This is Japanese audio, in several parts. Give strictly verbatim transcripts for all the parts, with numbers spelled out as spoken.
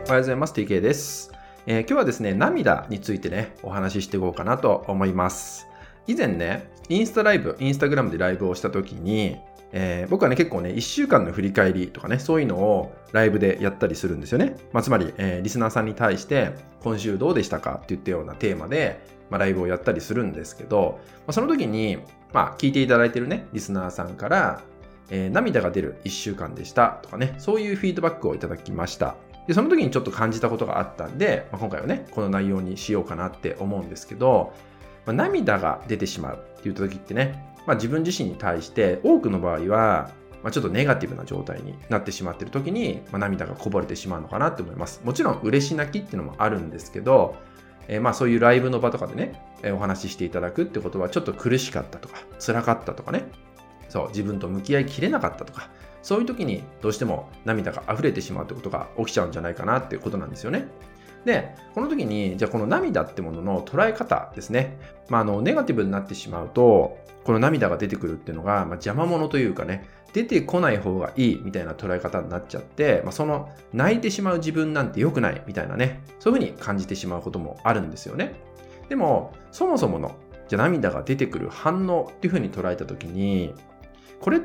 おはようございます。ティーケー です、えー、今日はですね、涙についてね、お話ししていこうかなと思います。以前ね、インスタライブ、インスタグラムでライブをした時に、えー、僕はね、結構ね、いっしゅうかんの振り返りとかね、そういうのをライブでやったりするんですよね。まあ、つまり、えー、リスナーさんに対して、今週どうでしたかって言ったようなテーマで、まあ、ライブをやったりするんですけど、まあ、その時に、まあ、聞いていただいてるね、リスナーさんから、えー、涙が出るいっしゅうかんでしたとかね、そういうフィードバックをいただきました。で、その時にちょっと感じたことがあったんで、まあ、今回はね、この内容にしようかなって思うんですけど、まあ、涙が出てしまうって言った時ってね、まあ、自分自身に対して多くの場合は、まあ、ちょっとネガティブな状態になってしまっている時に、まあ、涙がこぼれてしまうのかなって思います。もちろん嬉し泣きっていうのもあるんですけど、えー、まあそういうライブの場とかでね、えー、お話ししていただくってことはちょっと苦しかったとか、辛かったとかね、そう、自分と向き合いきれなかったとか、そういう時にどうしても涙が溢れてしまうってことが起きちゃうんじゃないかなっていうことなんですよね。で、この時に、じゃあこの涙ってものの捉え方ですね。まあ、あの、ネガティブになってしまうと、この涙が出てくるっていうのが、まあ、邪魔者というかね、出てこない方がいいみたいな捉え方になっちゃって、まあ、その泣いてしまう自分なんて良くないみたいなね、そういうふうに感じてしまうこともあるんですよね。でも、そもそもの、じゃあ涙が出てくる反応っていうふうに捉えた時に、これって、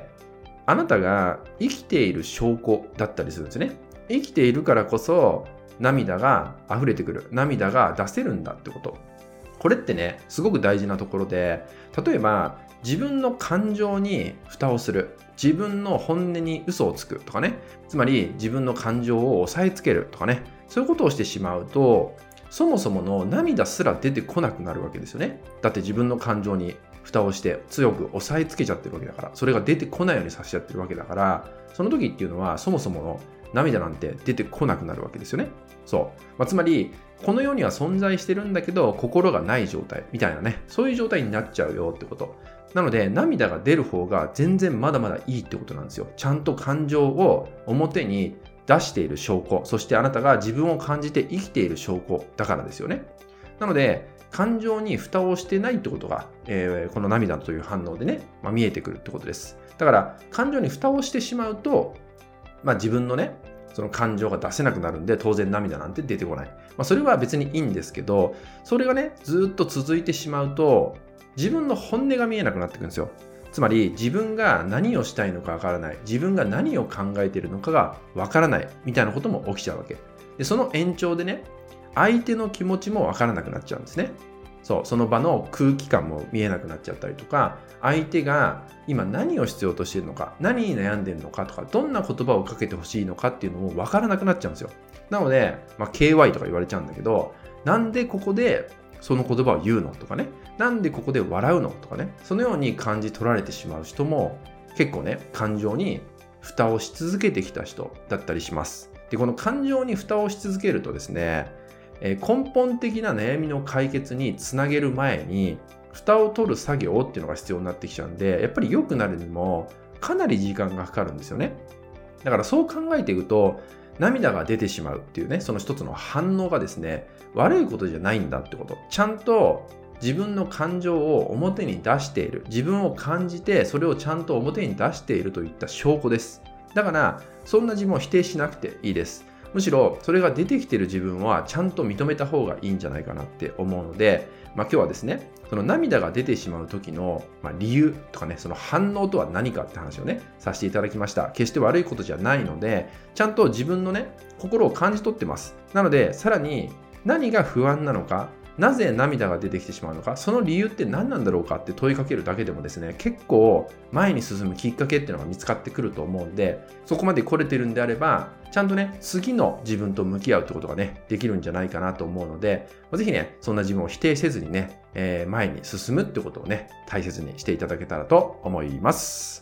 あなたが生きている証拠だったりするんですね。生きているからこそ涙が溢れてくる。涙が出せるんだってこと。これってね、すごく大事なところで、例えば自分の感情に蓋をする。自分の本音に嘘をつくとかね。つまり自分の感情を抑えつけるとかね。そういうことをしてしまうと、そもそもの涙すら出てこなくなるわけですよね。だって自分の感情に蓋をして強く押さえつけちゃってるわけだから、それが出てこないようにさせちゃってるわけだから、その時っていうのはそもそもの涙なんて出てこなくなるわけですよね。そう。まあ、つまり、この世には存在してるんだけど、心がない状態みたいなね、そういう状態になっちゃうよってこと。なので、涙が出る方が全然まだまだいいってことなんですよ。ちゃんと感情を表に出している証拠、そしてあなたが自分を感じて生きている証拠だからですよね。なので、感情に蓋をしてないってことが、えー、この涙という反応でね、まあ、見えてくるってことです。だから、感情に蓋をしてしまうと、まあ、自分のね、その感情が出せなくなるんで、当然涙なんて出てこない。まあ、それは別にいいんですけど、それがね、ずっと続いてしまうと、自分の本音が見えなくなってくるんですよ。つまり、自分が何をしたいのかわからない。自分が何を考えているのかがわからない。みたいなことも起きちゃうわけ。で、その延長でね、相手の気持ちもわからなくなっちゃうんですね。そう、その場の空気感も見えなくなっちゃったりとか、相手が今何を必要としているのか、何に悩んでいるのかとか、どんな言葉をかけてほしいのかっていうのもわからなくなっちゃうんですよ。なので、まあ、ケーワイ とか言われちゃうんだけど、なんでここでその言葉を言うのとかね、なんでここで笑うのとかね、そのように感じ取られてしまう人も結構ね、感情に蓋をし続けてきた人だったりします。で、この感情に蓋をし続けるとですね、根本的な悩みの解決につなげる前に蓋を取る作業っていうのが必要になってきちゃうんで、やっぱり良くなるにもかなり時間がかかるんですよね。だからそう考えていくと、涙が出てしまうっていうね、その一つの反応がですね、悪いことじゃないんだってこと。ちゃんと自分の感情を表に出している。自分を感じて、それをちゃんと表に出しているといった証拠です。だから、そんな自分を否定しなくていいです。むしろ、それが出てきている自分はちゃんと認めた方がいいんじゃないかなって思うので、まあ、今日はですね、その涙が出てしまう時の理由とかね、その反応とは何かって話をね、させていただきました。決して悪いことじゃないので、ちゃんと自分のね、心を感じ取ってます。なので、さらに何が不安なのか、なぜ涙が出てきてしまうのか、その理由って何なんだろうかって問いかけるだけでもですね、結構前に進むきっかけっていうのが見つかってくると思うんで、そこまで来れてるんであれば、ちゃんとね、次の自分と向き合うってことがね、できるんじゃないかなと思うので、ぜひね、そんな自分を否定せずにね、えー、前に進むってことをね、大切にしていただけたらと思います。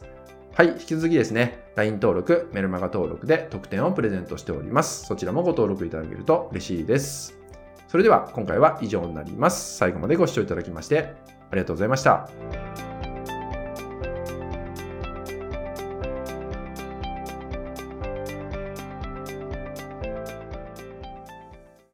はい、引き続きですね、ライン 登録、メルマガ登録で特典をプレゼントしております。そちらもご登録いただけると嬉しいです。それでは今回は以上になります。最後までご視聴いただきましてありがとうございました。